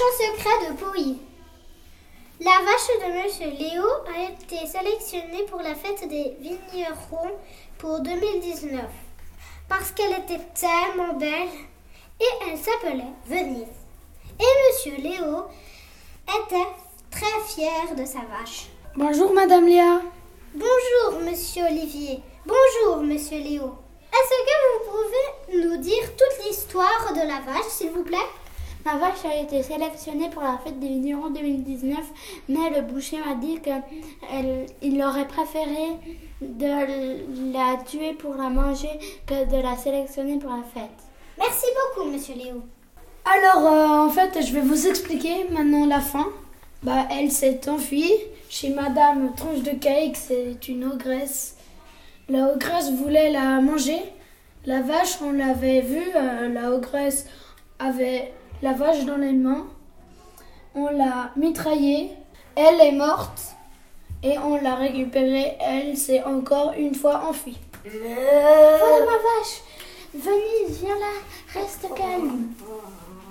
secret de Pouilly. La vache de Monsieur Léo a été sélectionnée pour la fête des vignerons pour 2019 parce qu'elle était tellement belle et elle s'appelait Venise. Et Monsieur Léo était très fier de sa vache. Bonjour Madame Léa. Bonjour Monsieur Olivier. Bonjour Monsieur Léo. Est-ce que vous pouvez nous dire toute l'histoire de la vache, s'il vous plaît? Ma vache a été sélectionnée pour la fête des vignerons 2019, mais le boucher m'a dit qu'il aurait préféré de la tuer pour la manger que de la sélectionner pour la fête. Merci beaucoup, Monsieur Léo. Alors, en fait, je vais vous expliquer maintenant la fin. Elle s'est enfuie chez Madame Tronche de Cake, c'est une ogresse. La ogresse voulait la manger. La vache, on l'avait vue, la ogresse avait la vache dans les mains. On l'a mitraillée. Elle est morte. Et on l'a récupérée. Elle s'est encore une fois enfuie. Voilà ma vache. Venise, viens là. Reste calme.